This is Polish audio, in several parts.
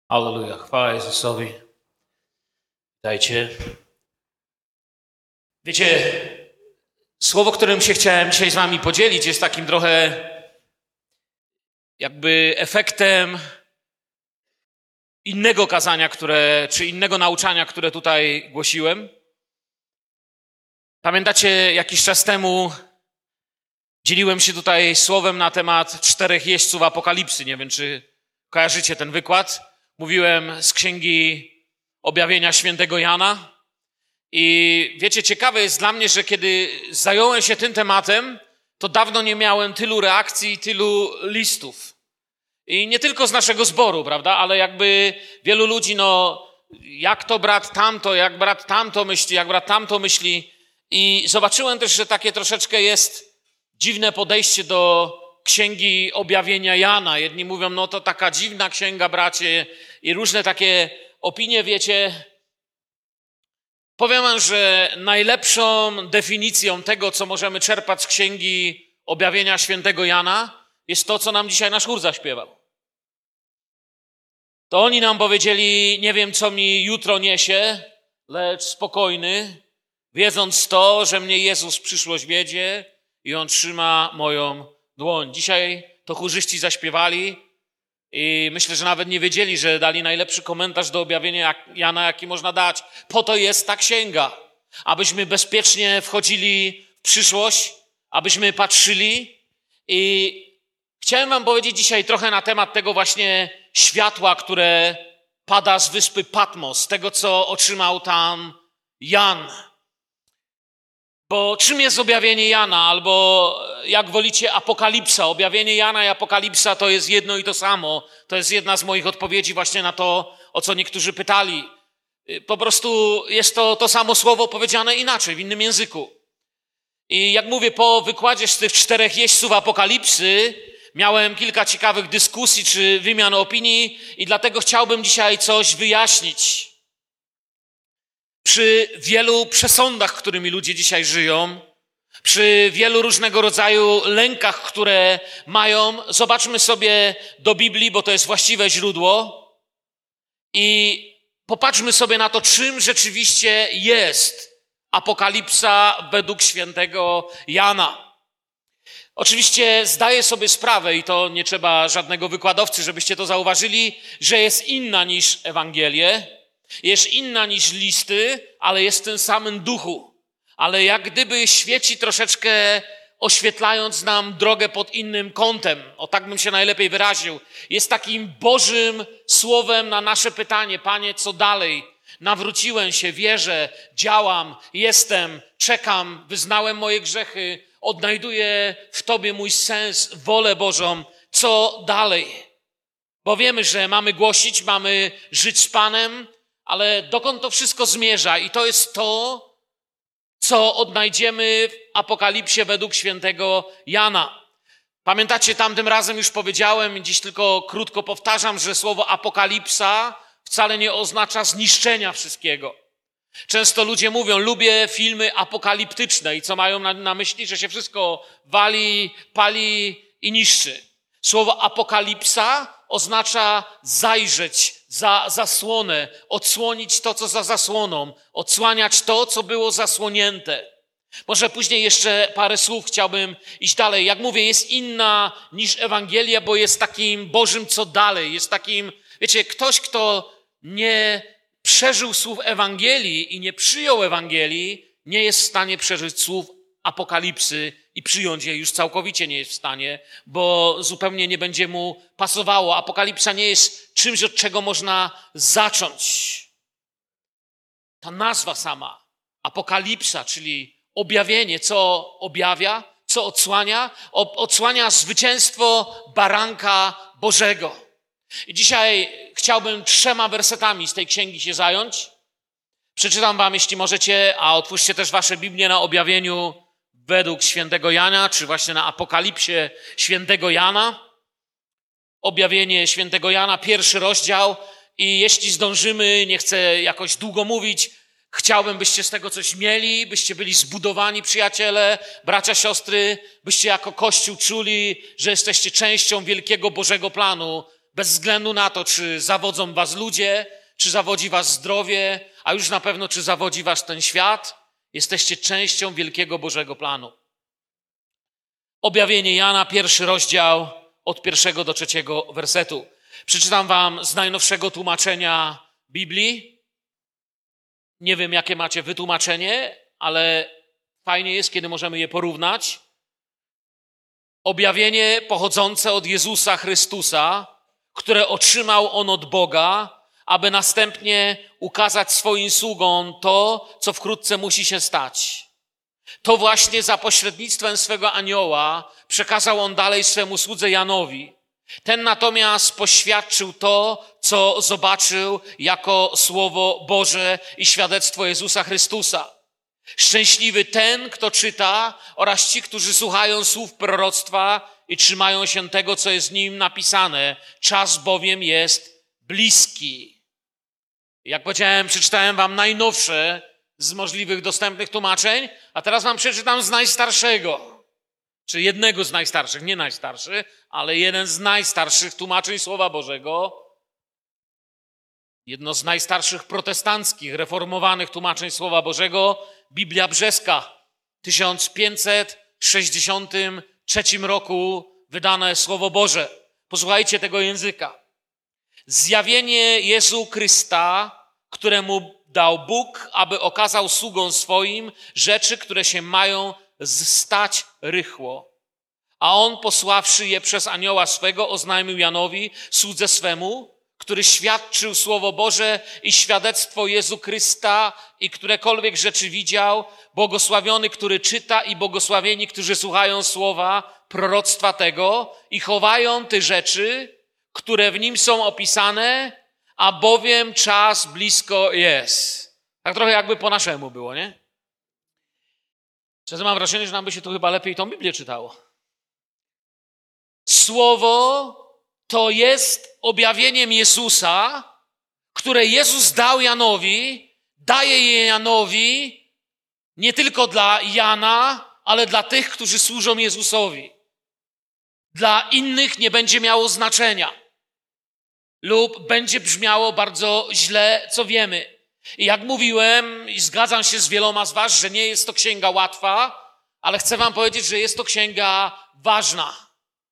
Alleluja, chwała Jezusowi. Witajcie. Wiecie, słowo, którym się chciałem dzisiaj z wami podzielić, jest takim trochę jakby efektem innego kazania, czy innego nauczania, które tutaj głosiłem. Pamiętacie, jakiś czas temu dzieliłem się tutaj słowem na temat 4 jeźdźców Apokalipsy. Nie wiem, czy kojarzycie ten wykład. Mówiłem z Księgi Objawienia Świętego Jana. I wiecie, ciekawe jest dla mnie, że kiedy zająłem się tym tematem, to dawno nie miałem tylu reakcji i tylu listów. I nie tylko z naszego zboru, prawda, ale jakby wielu ludzi, jak to brat tamto, jak brat tamto myśli, jak brat tamto myśli. I zobaczyłem też, że takie troszeczkę jest dziwne podejście do Księgi Objawienia Jana. Jedni mówią, to taka dziwna księga, bracie, i różne takie opinie, wiecie. Powiem wam, że najlepszą definicją tego, co możemy czerpać z Księgi Objawienia Świętego Jana, jest to, co nam dzisiaj nasz chór zaśpiewał. To oni nam powiedzieli, nie wiem, co mi jutro niesie, lecz spokojny, wiedząc to, że mnie Jezus przyszłość wiedzie i On trzyma moją dłoń. Dzisiaj to chórzyści zaśpiewali i myślę, że nawet nie wiedzieli, że dali najlepszy komentarz do objawienia Jana, jaki można dać. Po to jest ta księga, abyśmy bezpiecznie wchodzili w przyszłość, abyśmy patrzyli. I chciałem wam powiedzieć dzisiaj trochę na temat tego właśnie światła, które pada z wyspy Patmos, tego, co otrzymał tam Jan. Bo czym jest objawienie Jana, albo jak wolicie Apokalipsa? Objawienie Jana i Apokalipsa to jest jedno i to samo. To jest jedna z moich odpowiedzi właśnie na to, o co niektórzy pytali. Po prostu jest to samo słowo powiedziane inaczej, w innym języku. I jak mówię, po wykładzie z tych 4 jeźdźców Apokalipsy miałem kilka ciekawych dyskusji czy wymian opinii i dlatego chciałbym dzisiaj coś wyjaśnić. Przy wielu przesądach, którymi ludzie dzisiaj żyją, przy wielu różnego rodzaju lękach, które mają, zobaczmy sobie do Biblii, bo to jest właściwe źródło i popatrzmy sobie na to, czym rzeczywiście jest Apokalipsa według świętego Jana. Oczywiście zdaję sobie sprawę, i to nie trzeba żadnego wykładowcy, żebyście to zauważyli, że jest inna niż Ewangelie, jest inna niż listy, ale jest w tym samym duchu. Ale jak gdyby świeci troszeczkę, oświetlając nam drogę pod innym kątem. O tak bym się najlepiej wyraził. Jest takim Bożym słowem na nasze pytanie. Panie, co dalej? Nawróciłem się, wierzę, działam, jestem, czekam, wyznałem moje grzechy, odnajduję w Tobie mój sens, wolę Bożą. Co dalej? Bo wiemy, że mamy głosić, mamy żyć z Panem, ale dokąd to wszystko zmierza? I to jest to, co odnajdziemy w Apokalipsie według świętego Jana. Pamiętacie, tamtym razem już powiedziałem, dziś tylko krótko powtarzam, że słowo apokalipsa wcale nie oznacza zniszczenia wszystkiego. Często ludzie mówią, lubię filmy apokaliptyczne i co mają na myśli? Że się wszystko wali, pali i niszczy. Słowo apokalipsa oznacza zajrzeć za zasłonę, odsłonić to, co za zasłoną, odsłaniać to, co było zasłonięte. Może później jeszcze parę słów chciałbym iść dalej. Jak mówię, jest inna niż Ewangelia, bo jest takim Bożym co dalej. Jest takim, wiecie, ktoś, kto nie przeżył słów Ewangelii i nie przyjął Ewangelii, nie jest w stanie przeżyć słów Apokalipsy i przyjąć je już całkowicie nie jest w stanie, bo zupełnie nie będzie mu pasowało. Apokalipsa nie jest czymś, od czego można zacząć. Ta nazwa sama, Apokalipsa, czyli objawienie, co objawia, co odsłania? Odsłania zwycięstwo baranka Bożego. I dzisiaj chciałbym 3 wersetami z tej księgi się zająć. Przeczytam wam, jeśli możecie, a otwórzcie też wasze Biblię na objawieniu według świętego Jana, czy właśnie na Apokalipsie świętego Jana. Objawienie świętego Jana, 1 rozdział. I jeśli zdążymy, nie chcę jakoś długo mówić, chciałbym, byście z tego coś mieli, byście byli zbudowani, przyjaciele, bracia, siostry, byście jako Kościół czuli, że jesteście częścią wielkiego Bożego planu, Bez względu na to, czy zawodzą was ludzie, czy zawodzi was zdrowie, a już na pewno, czy zawodzi was ten świat, jesteście częścią wielkiego Bożego planu. Objawienie Jana, 1 rozdział, od 1 do 3 wersetu. Przeczytam wam z najnowszego tłumaczenia Biblii. Nie wiem, jakie macie wytłumaczenie, ale fajnie jest, kiedy możemy je porównać. Objawienie pochodzące od Jezusa Chrystusa, które otrzymał On od Boga, aby następnie ukazać swoim sługom to, co wkrótce musi się stać. To właśnie za pośrednictwem swego anioła przekazał On dalej swemu słudze Janowi. Ten natomiast poświadczył to, co zobaczył jako Słowo Boże i świadectwo Jezusa Chrystusa. Szczęśliwy ten, kto czyta, oraz ci, którzy słuchają słów proroctwa i trzymają się tego, co jest w nim napisane. Czas bowiem jest bliski. Jak powiedziałem, przeczytałem wam najnowsze z możliwych dostępnych tłumaczeń, a teraz wam przeczytam z najstarszego. Czy jednego z najstarszych, nie najstarszy, ale jeden z najstarszych tłumaczeń Słowa Bożego. Jedno z najstarszych protestanckich, reformowanych tłumaczeń Słowa Bożego, Biblia Brzeska. W 1563 roku wydane Słowo Boże. Posłuchajcie tego języka. Zjawienie Jezu Chrysta, któremu dał Bóg, aby okazał sługom swoim rzeczy, które się mają stać rychło. A On, posławszy je przez anioła swego, oznajmił Janowi, słudze swemu, który świadczył Słowo Boże i świadectwo Jezu Chrysta i którekolwiek rzeczy widział, błogosławiony, który czyta i błogosławieni, którzy słuchają słowa proroctwa tego i chowają te rzeczy, które w nim są opisane, a bowiem czas blisko jest. Tak trochę jakby po naszemu było, nie? Czasem mam wrażenie, że nam by się tu chyba lepiej tą Biblię czytało. Słowo to jest objawieniem Jezusa, które Jezus dał Janowi, daje je Janowi nie tylko dla Jana, ale dla tych, którzy służą Jezusowi. Dla innych nie będzie miało znaczenia lub będzie brzmiało bardzo źle, co wiemy. I jak mówiłem, i zgadzam się z wieloma z was, że nie jest to księga łatwa, ale chcę wam powiedzieć, że jest to księga ważna.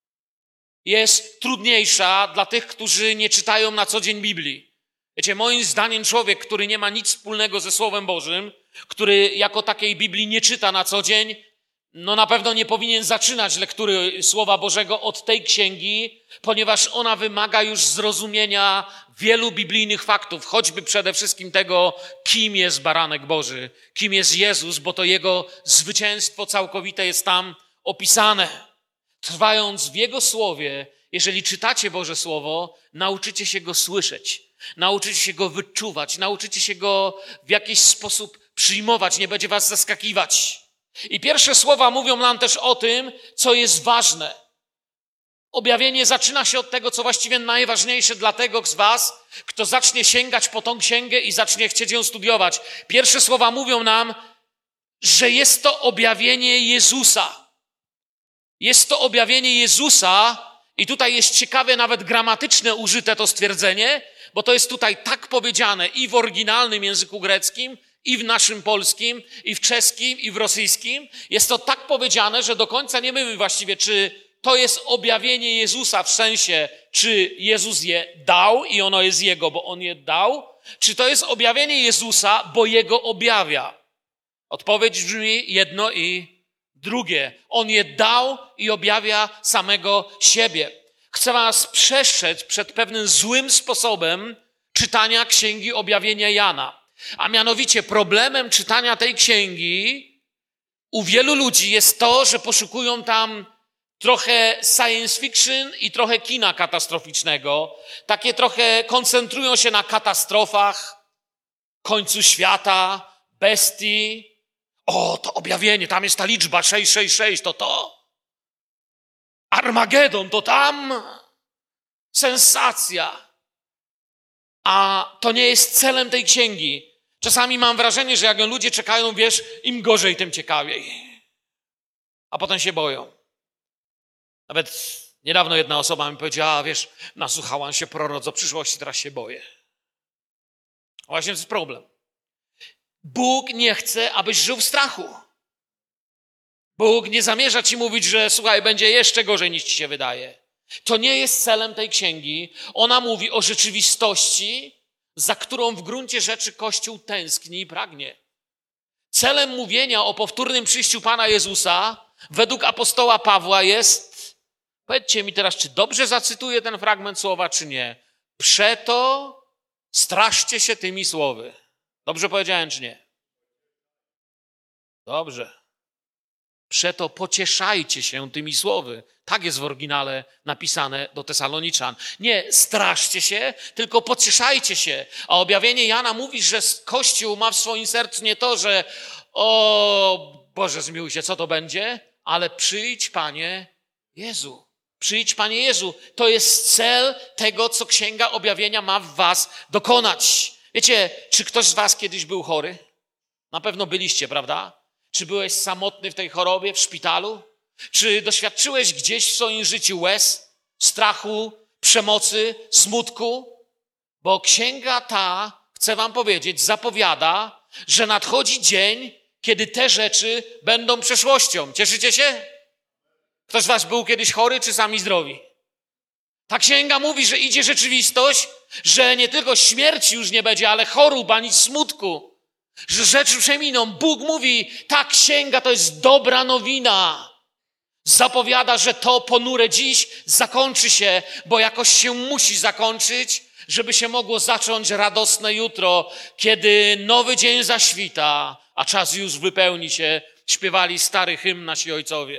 Jest trudniejsza dla tych, którzy nie czytają na co dzień Biblii. Wiecie, moim zdaniem człowiek, który nie ma nic wspólnego ze Słowem Bożym, który jako takiej Biblii nie czyta na co dzień, no na pewno nie powinien zaczynać lektury Słowa Bożego od tej księgi, ponieważ ona wymaga już zrozumienia wielu biblijnych faktów, choćby przede wszystkim tego, kim jest Baranek Boży, kim jest Jezus, bo to Jego zwycięstwo całkowite jest tam opisane. Trwając w Jego Słowie, jeżeli czytacie Boże Słowo, nauczycie się Go słyszeć, nauczycie się Go wyczuwać, nauczycie się Go w jakiś sposób przyjmować, nie będzie was zaskakiwać. I pierwsze słowa mówią nam też o tym, co jest ważne. Objawienie zaczyna się od tego, co właściwie najważniejsze dla tego z was, kto zacznie sięgać po tą księgę i zacznie chcieć ją studiować. Pierwsze słowa mówią nam, że jest to objawienie Jezusa. Jest to objawienie Jezusa i tutaj jest ciekawe, nawet gramatyczne użyte to stwierdzenie, bo to jest tutaj tak powiedziane i w oryginalnym języku greckim, i w naszym polskim, i w czeskim, i w rosyjskim. Jest to tak powiedziane, że do końca nie wiemy właściwie, czy to jest objawienie Jezusa w sensie, czy Jezus je dał i ono jest Jego, bo On je dał, czy to jest objawienie Jezusa, bo Jego objawia. Odpowiedź brzmi jedno i drugie. On je dał i objawia samego siebie. Chcę was przestrzec przed pewnym złym sposobem czytania Księgi Objawienia Jana. A mianowicie problemem czytania tej księgi u wielu ludzi jest to, że poszukują tam trochę science fiction i trochę kina katastroficznego. Takie trochę koncentrują się na katastrofach, końcu świata, bestii. O, to objawienie, tam jest ta liczba 666, to. Armagedon, to tam. Sensacja. A to nie jest celem tej księgi. Czasami mam wrażenie, że jak ludzie czekają, wiesz, im gorzej, tym ciekawiej. A potem się boją. Nawet Niedawno jedna osoba mi powiedziała, wiesz, nasłuchałam się proroc o przyszłości, teraz się boję. Właśnie to jest problem. Bóg nie chce, abyś żył w strachu. Bóg nie zamierza ci mówić, że słuchaj, będzie jeszcze gorzej niż ci się wydaje. To nie jest celem tej księgi. Ona mówi o rzeczywistości, za którą w gruncie rzeczy Kościół tęskni i pragnie. Celem mówienia o powtórnym przyjściu Pana Jezusa według apostoła Pawła jest, powiedzcie mi teraz, czy dobrze zacytuję ten fragment słowa, czy nie. Przeto straszcie się tymi słowy. Dobrze powiedziałem, czy nie? Dobrze. Przeto pocieszajcie się tymi słowy. Tak jest w oryginale napisane do Tesaloniczan. Nie straszcie się, tylko pocieszajcie się. A objawienie Jana mówi, że Kościół ma w swoim sercu nie to, że o Boże, zmiłuj się, co to będzie? Ale przyjdź, Panie Jezu. Przyjdź, Panie Jezu. To jest cel tego, co Księga Objawienia ma w was dokonać. Wiecie, czy ktoś z was kiedyś był chory? Na pewno byliście, prawda? Czy byłeś samotny w tej chorobie, w szpitalu? Czy doświadczyłeś gdzieś w swoim życiu łez, strachu, przemocy, smutku? Bo księga ta, chcę wam powiedzieć, zapowiada, że nadchodzi dzień, kiedy te rzeczy będą przeszłością. Cieszycie się? Ktoś z was był kiedyś chory, czy sami zdrowi? Ta księga mówi, że idzie rzeczywistość, że nie tylko śmierci już nie będzie, ale chorób ani smutku. Że rzeczy przeminą. Bóg mówi, ta księga to jest dobra nowina. Zapowiada, że to ponure dziś zakończy się, bo jakoś się musi zakończyć, żeby się mogło zacząć radosne jutro, kiedy nowy dzień zaświta, a czas już wypełni się. Śpiewali stary hymn nasi ojcowie.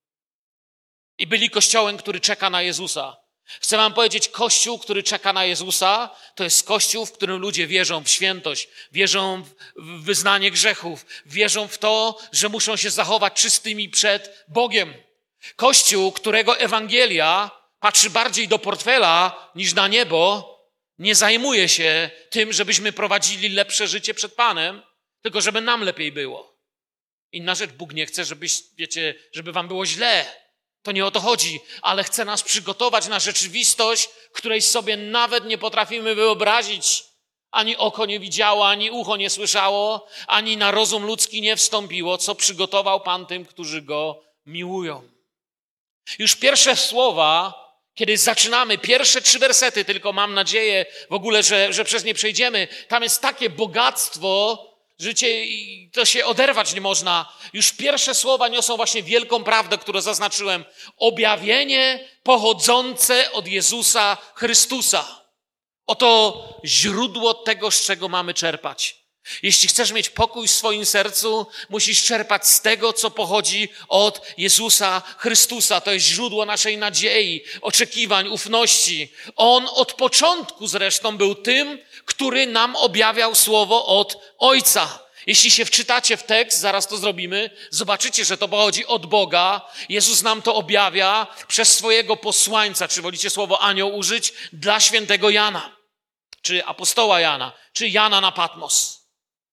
I byli kościołem, który czeka na Jezusa. Chcę wam powiedzieć, Kościół, który czeka na Jezusa, to jest Kościół, w którym ludzie wierzą w świętość, wierzą w wyznanie grzechów, wierzą w to, że muszą się zachować czystymi przed Bogiem. Kościół, którego Ewangelia patrzy bardziej do portfela niż na niebo, nie zajmuje się tym, żebyśmy prowadzili lepsze życie przed Panem, tylko żeby nam lepiej było. Inna rzecz, Bóg nie chce, żeby wam było źle. To nie o to chodzi, ale chce nas przygotować na rzeczywistość, której sobie nawet nie potrafimy wyobrazić. Ani oko nie widziało, ani ucho nie słyszało, ani na rozum ludzki nie wstąpiło, co przygotował Pan tym, którzy Go miłują. Już pierwsze słowa, kiedy zaczynamy, pierwsze 3 wersety, tylko mam nadzieję w ogóle, że przez nie przejdziemy, tam jest takie bogactwo, życie to się oderwać nie można. Już pierwsze słowa niosą właśnie wielką prawdę, którą zaznaczyłem. Objawienie pochodzące od Jezusa Chrystusa. Oto źródło tego, z czego mamy czerpać. Jeśli chcesz mieć pokój w swoim sercu, musisz czerpać z tego, co pochodzi od Jezusa Chrystusa. To jest źródło naszej nadziei, oczekiwań, ufności. On od początku zresztą był tym, który nam objawiał słowo od Ojca. Jeśli się wczytacie w tekst, zaraz to zrobimy, zobaczycie, że to pochodzi od Boga. Jezus nam to objawia przez swojego posłańca, czy wolicie słowo anioł użyć, dla świętego Jana, czy apostoła Jana, czy Jana na Patmos.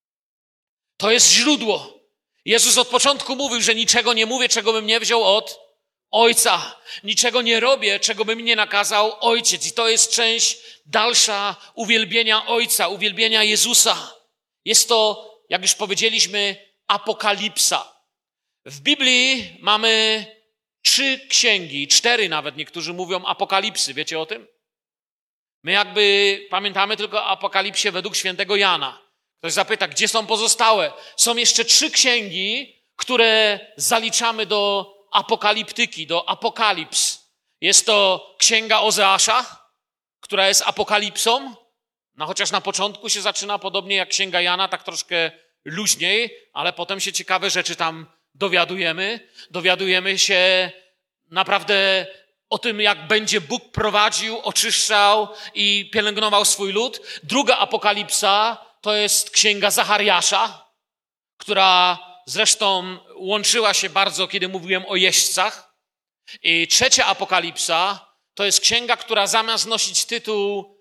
To jest źródło. Jezus od początku mówił, że niczego nie mówię, czego bym nie wziął od Ojca. Niczego nie robię, czego by mi nie nakazał Ojciec. I to jest część dalsza uwielbienia Ojca, uwielbienia Jezusa. Jest to, jak już powiedzieliśmy, apokalipsa. W Biblii mamy 3 księgi, 4 nawet niektórzy mówią apokalipsy. Wiecie o tym? My jakby pamiętamy tylko o apokalipsie według świętego Jana. Ktoś zapyta, gdzie są pozostałe? Są jeszcze 3 księgi, które zaliczamy do apokaliptyki, do apokalips. Jest to księga Ozeasza, która jest apokalipsą, no chociaż na początku się zaczyna podobnie jak księga Jana, tak troszkę luźniej, ale potem się ciekawe rzeczy tam dowiadujemy. Dowiadujemy się naprawdę o tym, jak będzie Bóg prowadził, oczyszczał i pielęgnował swój lud. Druga apokalipsa to jest księga Zachariasza, która zresztą łączyła się bardzo, kiedy mówiłem o jeźdźcach. I trzecia apokalipsa to jest księga, która zamiast nosić tytuł,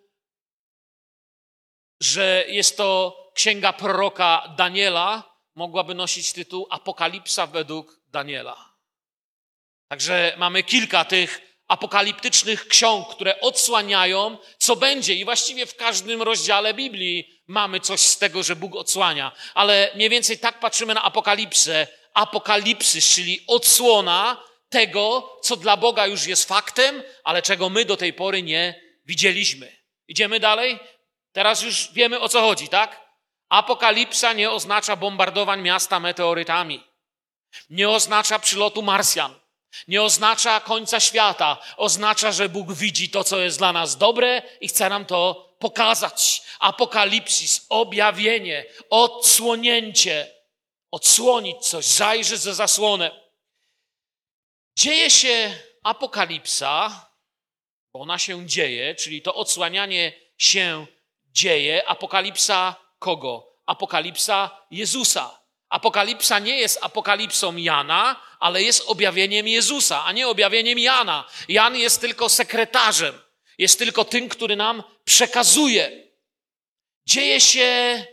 że jest to księga proroka Daniela, mogłaby nosić tytuł Apokalipsa według Daniela. Także mamy kilka tych apokaliptycznych ksiąg, które odsłaniają, co będzie. I właściwie w każdym rozdziale Biblii mamy coś z tego, że Bóg odsłania. Ale mniej więcej tak patrzymy na apokalipsę. Apokalipsys, czyli odsłona tego, co dla Boga już jest faktem, ale czego my do tej pory nie widzieliśmy. Idziemy dalej? Teraz już wiemy, o co chodzi, tak? Apokalipsa nie oznacza bombardowań miasta meteorytami. Nie oznacza przylotu Marsjan. Nie oznacza końca świata. Oznacza, że Bóg widzi to, co jest dla nas dobre i chce nam to pokazać. Apokalipsis, objawienie, odsłonięcie. Odsłonić coś, zajrzeć za zasłonę. Dzieje się apokalipsa, bo ona się dzieje, czyli to odsłanianie się dzieje. Apokalipsa kogo? Apokalipsa Jezusa. Apokalipsa nie jest apokalipsą Jana, ale jest objawieniem Jezusa, a nie objawieniem Jana. Jan jest tylko sekretarzem. Jest tylko tym, który nam przekazuje. Dzieje się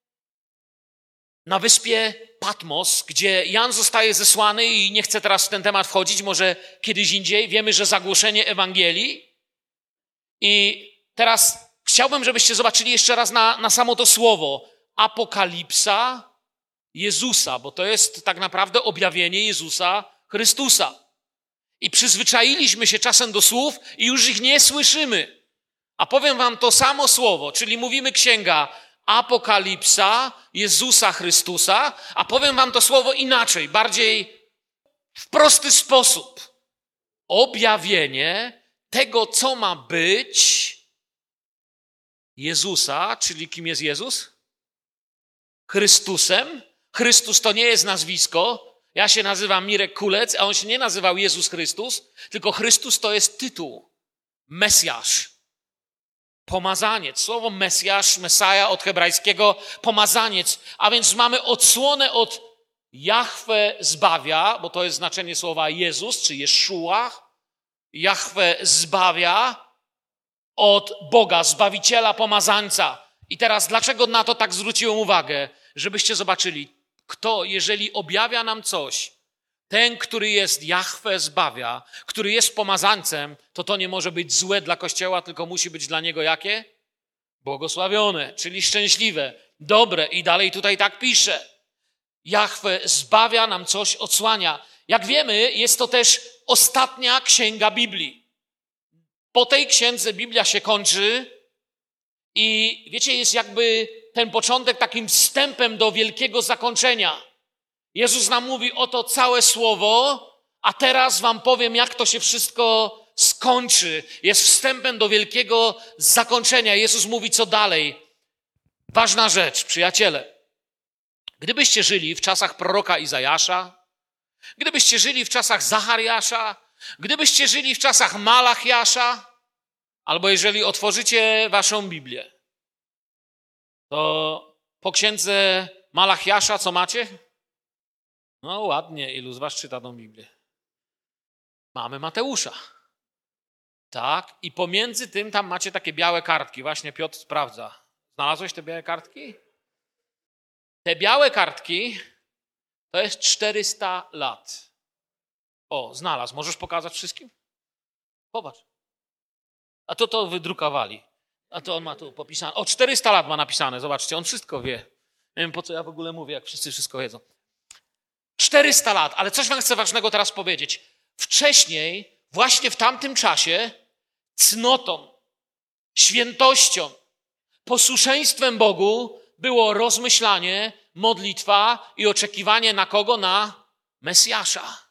na wyspie Patmos, gdzie Jan zostaje zesłany i nie chcę teraz w ten temat wchodzić, może kiedyś indziej. Wiemy, że zagłoszenie Ewangelii. I teraz chciałbym, żebyście zobaczyli jeszcze raz na samo to słowo. Apokalipsa Jezusa, bo to jest tak naprawdę objawienie Jezusa Chrystusa. I przyzwyczailiśmy się czasem do słów i już ich nie słyszymy. A powiem wam to samo słowo, czyli mówimy księga Apokalipsa Jezusa Chrystusa, a powiem wam to słowo inaczej, bardziej w prosty sposób. Objawienie tego, co ma być Jezusa, czyli kim jest Jezus? Chrystusem. Chrystus to nie jest nazwisko. Ja się nazywam Mirek Kulec, a on się nie nazywał Jezus Chrystus, tylko Chrystus to jest tytuł. Mesjasz. Pomazaniec. Słowo Mesjasz, Mesaja od hebrajskiego pomazaniec. A więc mamy odsłonę od Jahwe zbawia, bo to jest znaczenie słowa Jezus, czy Jeszua. Jahwe zbawia od Boga, Zbawiciela, Pomazańca. I teraz dlaczego na to tak zwróciłem uwagę? Żebyście zobaczyli, kto, jeżeli objawia nam coś, ten, który jest Jahwe zbawia, który jest pomazańcem, to nie może być złe dla Kościoła, tylko musi być dla niego jakie? Błogosławione, czyli szczęśliwe, dobre. I dalej tutaj tak pisze. Jahwe zbawia nam coś, odsłania. Jak wiemy, jest to też ostatnia księga Biblii. Po tej księdze Biblia się kończy i wiecie, jest jakby ten początek takim wstępem do wielkiego zakończenia. Jezus nam mówi oto całe słowo, a teraz wam powiem, jak to się wszystko skończy. Jest wstępem do wielkiego zakończenia. Jezus mówi, co dalej. Ważna rzecz, przyjaciele. Gdybyście żyli w czasach proroka Izajasza, gdybyście żyli w czasach Zachariasza, gdybyście żyli w czasach Malachiasza, albo jeżeli otworzycie waszą Biblię, to po księdze Malachiasza co macie? No ładnie, ilu z was czyta tą Biblię? Mamy Mateusza. Tak, i pomiędzy tym tam macie takie białe kartki. Właśnie Piotr sprawdza. Znalazłeś te białe kartki? Te białe kartki to jest 400 lat. O, znalazł. Możesz pokazać wszystkim? Popatrz. A to wydrukowali. A to on ma tu popisane. O, 400 lat ma napisane. Zobaczcie, on wszystko wie. Nie wiem, po co ja w ogóle mówię, jak wszyscy wszystko wiedzą. 400 lat, ale coś wam chcę ważnego teraz powiedzieć. Wcześniej, właśnie w tamtym czasie, cnotą, świętością, posłuszeństwem Bogu było rozmyślanie, modlitwa i oczekiwanie na kogo? Na Mesjasza.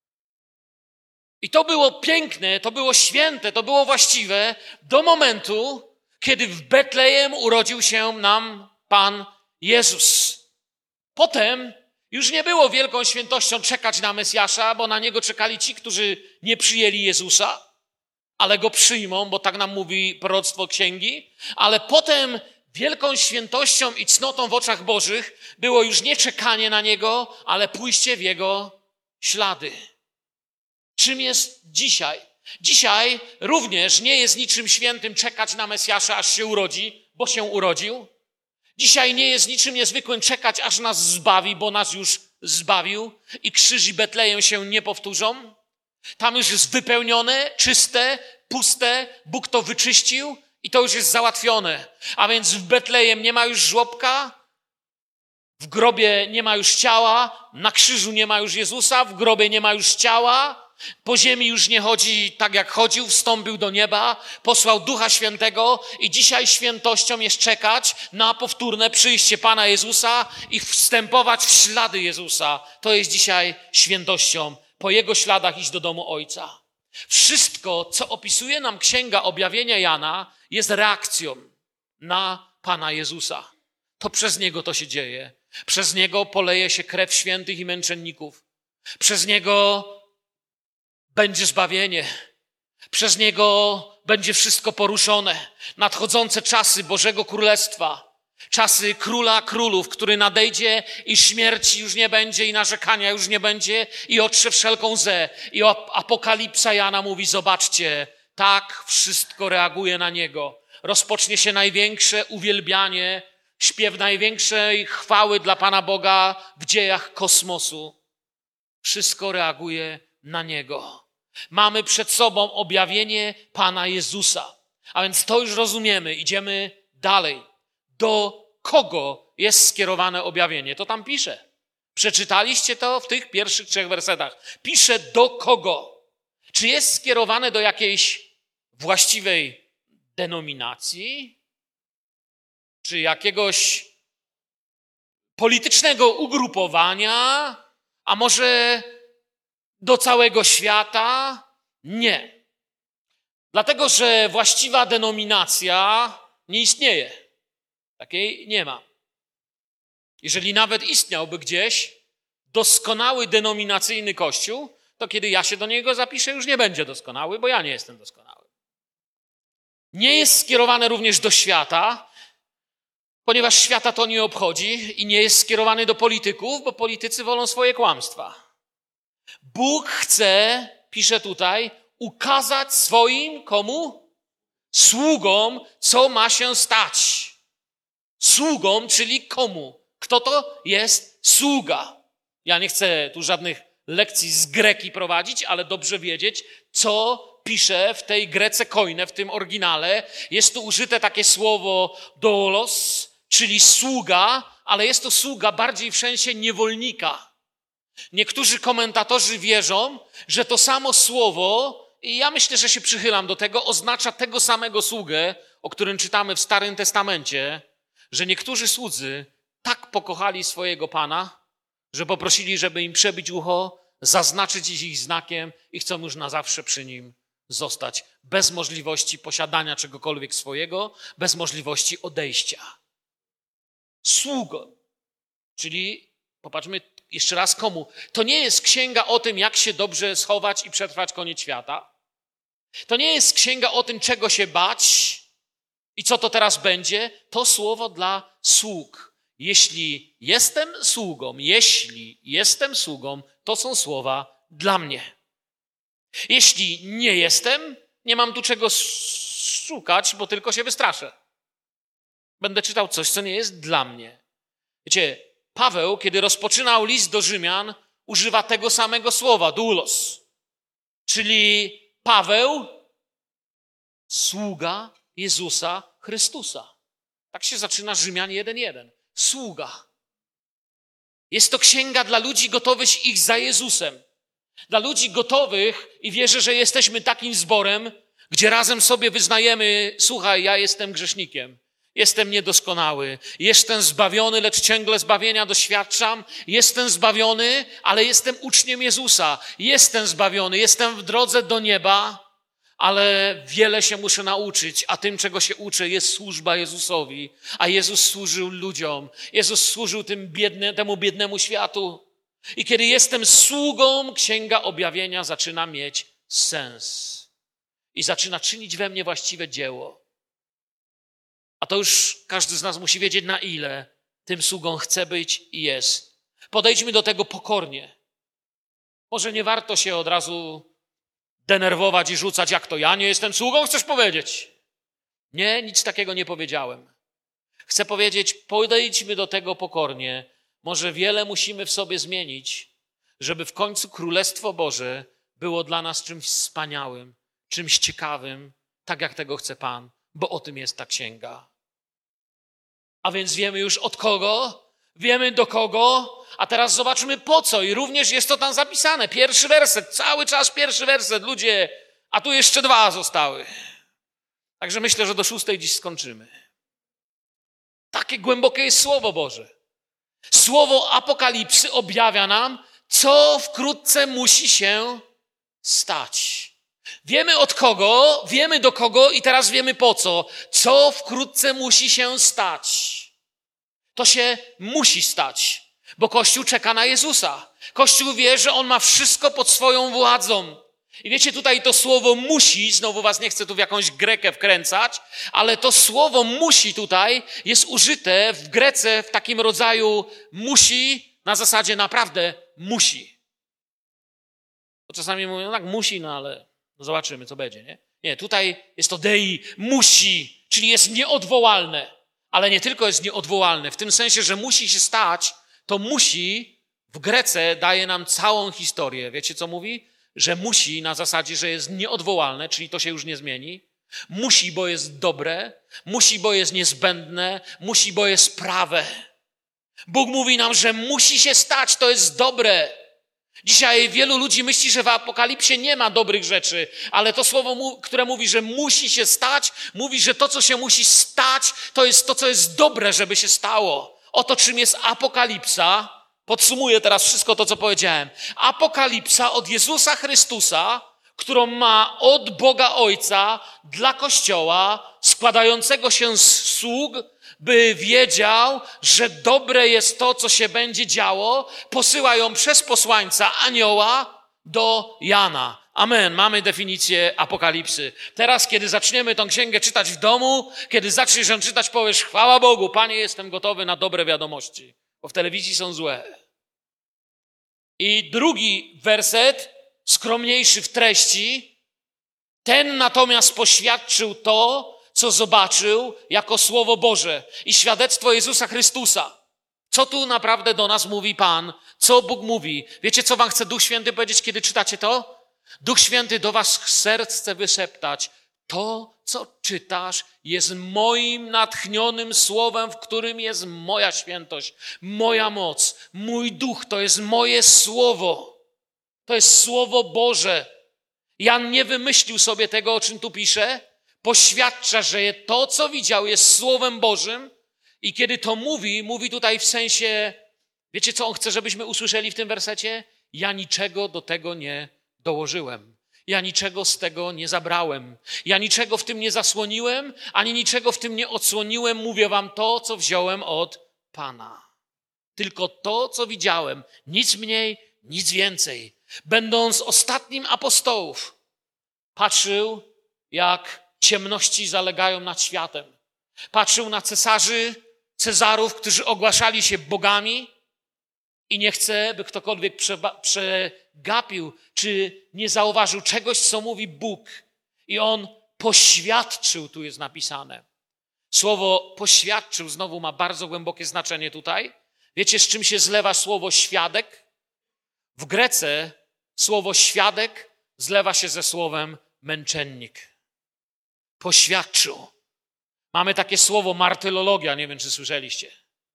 I to było piękne, to było święte, to było właściwe do momentu, kiedy w Betlejem urodził się nam Pan Jezus. Potem już nie było wielką świętością czekać na Mesjasza, bo na Niego czekali ci, którzy nie przyjęli Jezusa, ale Go przyjmą, bo tak nam mówi proroctwo księgi. Ale potem wielką świętością i cnotą w oczach Bożych było już nie czekanie na Niego, ale pójście w Jego ślady. Czym jest dzisiaj? Dzisiaj również nie jest niczym świętym czekać na Mesjasza, aż się urodzi, bo się urodził. Dzisiaj nie jest niczym niezwykłym czekać, aż nas zbawi, bo nas już zbawił i krzyż i Betlejem się nie powtórzą. Tam już jest wypełnione, czyste, puste, Bóg to wyczyścił i to już jest załatwione. A więc w Betlejem nie ma już żłobka, w grobie nie ma już ciała, na krzyżu nie ma już Jezusa, w grobie nie ma już ciała, po ziemi już nie chodzi tak jak chodził, wstąpił do nieba, posłał Ducha Świętego i dzisiaj świętością jest czekać na powtórne przyjście Pana Jezusa i wstępować w ślady Jezusa. To jest dzisiaj świętością. Po Jego śladach iść do domu Ojca. Wszystko, co opisuje nam Księga Objawienia Jana, jest reakcją na Pana Jezusa. To przez Niego to się dzieje. Przez Niego poleje się krew świętych i męczenników. Przez Niego będzie zbawienie. Przez Niego będzie wszystko poruszone. Nadchodzące czasy Bożego Królestwa. Czasy Króla Królów, który nadejdzie i śmierci już nie będzie, i narzekania już nie będzie, i otrze wszelką łzę. I Apokalipsa Jana mówi, zobaczcie, tak wszystko reaguje na Niego. Rozpocznie się największe uwielbianie, śpiew największej chwały dla Pana Boga w dziejach kosmosu. Wszystko reaguje na Niego. Mamy przed sobą objawienie Pana Jezusa. A więc to już rozumiemy. Idziemy dalej. Do kogo jest skierowane objawienie? To tam pisze. Przeczytaliście to w tych pierwszych 3 wersetach. Pisze do kogo? Czy jest skierowane do jakiejś właściwej denominacji? Czy jakiegoś politycznego ugrupowania? A może do całego świata? Nie. Dlatego, że właściwa denominacja nie istnieje. Takiej nie ma. Jeżeli nawet istniałby gdzieś doskonały denominacyjny kościół, to kiedy ja się do niego zapiszę, już nie będzie doskonały, bo ja nie jestem doskonały. Nie jest skierowany również do świata, ponieważ świata to nie obchodzi, i nie jest skierowany do polityków, bo politycy wolą swoje kłamstwa. Bóg chce, pisze tutaj, ukazać swoim, komu? Sługom, co ma się stać. Sługom, czyli komu? Kto to jest sługa? Ja nie chcę tu żadnych lekcji z greki prowadzić, ale dobrze wiedzieć, co pisze w tej grece koine, w tym oryginale. Jest tu użyte takie słowo doulos, czyli sługa, ale jest to sługa bardziej w sensie niewolnika. Niektórzy komentatorzy wierzą, że to samo słowo, i ja myślę, że się przychylam do tego, oznacza tego samego sługę, o którym czytamy w Starym Testamencie, że niektórzy słudzy tak pokochali swojego Pana, że poprosili, żeby im przebić ucho, zaznaczyć ich znakiem i chcą już na zawsze przy Nim zostać. Bez możliwości posiadania czegokolwiek swojego, bez możliwości odejścia. Sługą, czyli popatrzmy jeszcze raz komu. To nie jest księga o tym, jak się dobrze schować i przetrwać koniec świata. To nie jest księga o tym, czego się bać i co to teraz będzie. To słowo dla sług. Jeśli jestem sługą, to są słowa dla mnie. Jeśli nie jestem, nie mam tu czego szukać, bo tylko się wystraszę. Będę czytał coś, co nie jest dla mnie. Wiecie, Paweł, kiedy rozpoczynał list do Rzymian, używa tego samego słowa, doulos. Czyli Paweł, sługa Jezusa Chrystusa. Tak się zaczyna Rzymian 1:1. Sługa. Jest to księga dla ludzi gotowych iść za Jezusem. Dla ludzi gotowych, i wierzę, że jesteśmy takim zborem, gdzie razem sobie wyznajemy, słuchaj, ja jestem grzesznikiem. Jestem niedoskonały, jestem zbawiony, lecz ciągle zbawienia doświadczam. Jestem zbawiony, ale jestem uczniem Jezusa. Jestem zbawiony, jestem w drodze do nieba, ale wiele się muszę nauczyć, a tym, czego się uczę, jest służba Jezusowi. A Jezus służył ludziom. Jezus służył temu biednemu światu. I kiedy jestem sługą, Księga Objawienia zaczyna mieć sens. I zaczyna czynić we mnie właściwe dzieło. A to już każdy z nas musi wiedzieć, na ile tym sługą chce być i jest. Podejdźmy do tego pokornie. Może nie warto się od razu denerwować i rzucać, jak to ja nie jestem sługą, chcesz powiedzieć? Nie, nic takiego nie powiedziałem. Chcę powiedzieć, podejdźmy do tego pokornie. Może wiele musimy w sobie zmienić, żeby w końcu Królestwo Boże było dla nas czymś wspaniałym, czymś ciekawym, tak jak tego chce Pan, bo o tym jest ta księga. A więc wiemy już od kogo, wiemy do kogo, a teraz zobaczmy po co. I również jest to tam zapisane. Pierwszy werset, cały czas pierwszy werset, ludzie, a tu jeszcze 2 zostały. Także myślę, że do 6 dziś skończymy. Takie głębokie jest Słowo Boże. Słowo Apokalipsy objawia nam, co wkrótce musi się stać. Wiemy od kogo, wiemy do kogo i teraz wiemy po co. Co wkrótce musi się stać. To się musi stać, bo Kościół czeka na Jezusa. Kościół wie, że On ma wszystko pod swoją władzą. I wiecie, tutaj to słowo musi, znowu was nie chcę tu w jakąś grekę wkręcać, ale to słowo musi tutaj jest użyte w Grece w takim rodzaju musi, na zasadzie naprawdę musi. Bo czasami mówią, no tak musi, no ale no zobaczymy, co będzie, nie? Nie, tutaj jest to dei, musi, czyli jest nieodwołalne. Ale nie tylko jest nieodwołalne, w tym sensie, że musi się stać, to musi w Grece daje nam całą historię. Wiecie, co mówi? Że musi na zasadzie, że jest nieodwołalne, czyli to się już nie zmieni. Musi, bo jest dobre. Musi, bo jest niezbędne. Musi, bo jest prawe. Bóg mówi nam, że musi się stać, to jest dobre. Dzisiaj wielu ludzi myśli, że w Apokalipsie nie ma dobrych rzeczy, ale to słowo, które mówi, że musi się stać, mówi, że to, co się musi stać, to jest to, co jest dobre, żeby się stało. Oto czym jest Apokalipsa. Podsumuję teraz wszystko to, co powiedziałem. Apokalipsa od Jezusa Chrystusa, którą ma od Boga Ojca dla Kościoła, składającego się z sług, by wiedział, że dobre jest to, co się będzie działo, posyła ją przez posłańca anioła do Jana. Amen. Mamy definicję Apokalipsy. Teraz, kiedy zaczniemy tę księgę czytać w domu, kiedy zaczniesz ją czytać, powiesz, chwała Bogu, Panie, jestem gotowy na dobre wiadomości, bo w telewizji są złe. I drugi werset, skromniejszy w treści, ten natomiast poświadczył to, co zobaczył jako Słowo Boże i świadectwo Jezusa Chrystusa. Co tu naprawdę do nas mówi Pan? Co Bóg mówi? Wiecie, co wam chce Duch Święty powiedzieć, kiedy czytacie to? Duch Święty do was z serc chce wyszeptać. To, co czytasz, jest moim natchnionym słowem, w którym jest moja świętość, moja moc, mój duch, to jest moje słowo. To jest Słowo Boże. Jan nie wymyślił sobie tego, o czym tu pisze. Poświadcza, że to, co widział, jest Słowem Bożym i kiedy to mówi tutaj w sensie, wiecie, co on chce, żebyśmy usłyszeli w tym wersecie? Ja niczego do tego nie dołożyłem. Ja niczego z tego nie zabrałem. Ja niczego w tym nie zasłoniłem, ani niczego w tym nie odsłoniłem. Mówię wam to, co wziąłem od Pana. Tylko to, co widziałem. Nic mniej, nic więcej. Będąc ostatnim apostołów, patrzył, jak ciemności zalegają nad światem. Patrzył na Cezarów, którzy ogłaszali się bogami i nie chce, by ktokolwiek przegapił, czy nie zauważył czegoś, co mówi Bóg. I on poświadczył, tu jest napisane. Słowo poświadczył znowu ma bardzo głębokie znaczenie tutaj. Wiecie, z czym się zlewa słowo świadek? W Grece słowo świadek zlewa się ze słowem męczennik. Poświadczył. Mamy takie słowo martyrologia, nie wiem, czy słyszeliście.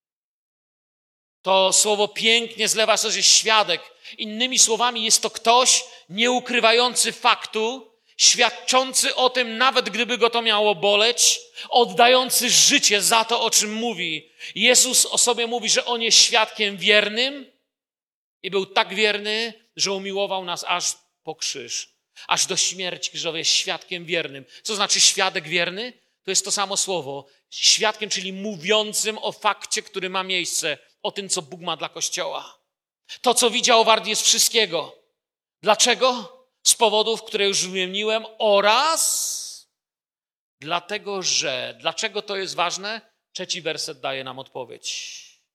To słowo pięknie zlewa się ze świadek. Innymi słowami jest to ktoś nie ukrywający faktu, świadczący o tym, nawet gdyby go to miało boleć, oddający życie za to, o czym mówi. Jezus o sobie mówi, że On jest świadkiem wiernym i był tak wierny, że umiłował nas aż po krzyż. Aż do śmierci krzyżowej, świadkiem wiernym. Co znaczy świadek wierny? To jest to samo słowo. Świadkiem, czyli mówiącym o fakcie, który ma miejsce, o tym, co Bóg ma dla Kościoła. To, co widział, wart jest wszystkiego. Dlaczego? Z powodów, które już wymieniłem, oraz dlatego, że. Dlaczego to jest ważne? 3 werset daje nam odpowiedź.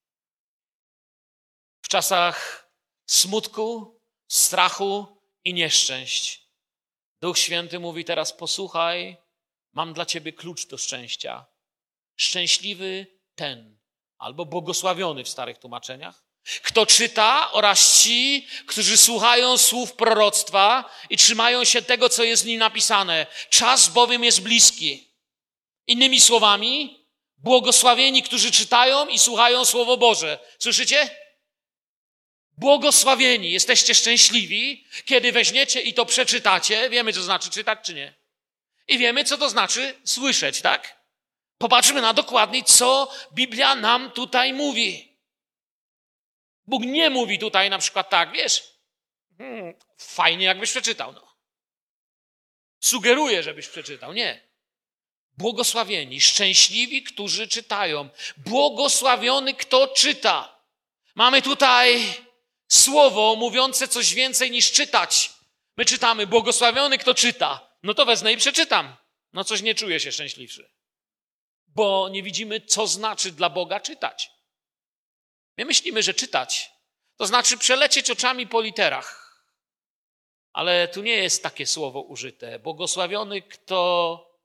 W czasach smutku, strachu i nieszczęść Duch Święty mówi teraz, posłuchaj, mam dla ciebie klucz do szczęścia. Szczęśliwy ten, albo błogosławiony w starych tłumaczeniach, Kto czyta oraz ci, którzy słuchają słów proroctwa i trzymają się tego, co jest w nim napisane. Czas bowiem jest bliski. Innymi słowami, błogosławieni, którzy czytają i słuchają Słowo Boże. Słyszycie? Błogosławieni, jesteście szczęśliwi, kiedy weźmiecie i to przeczytacie. Wiemy, co znaczy czytać, czy nie? I wiemy, co to znaczy słyszeć, tak? Popatrzmy na dokładnie, co Biblia nam tutaj mówi. Bóg nie mówi tutaj na przykład tak, wiesz, fajnie jakbyś przeczytał, no. Sugeruje, żebyś przeczytał. Nie. Błogosławieni, szczęśliwi, którzy czytają. Błogosławiony, kto czyta. Mamy tutaj słowo mówiące coś więcej niż czytać. My czytamy, błogosławiony, kto czyta. No to wezmę i przeczytam. No coś nie czuję się szczęśliwszy. Bo nie widzimy, co znaczy dla Boga czytać. My myślimy, że czytać to znaczy przelecieć oczami po literach. Ale tu nie jest takie słowo użyte. Błogosławiony, kto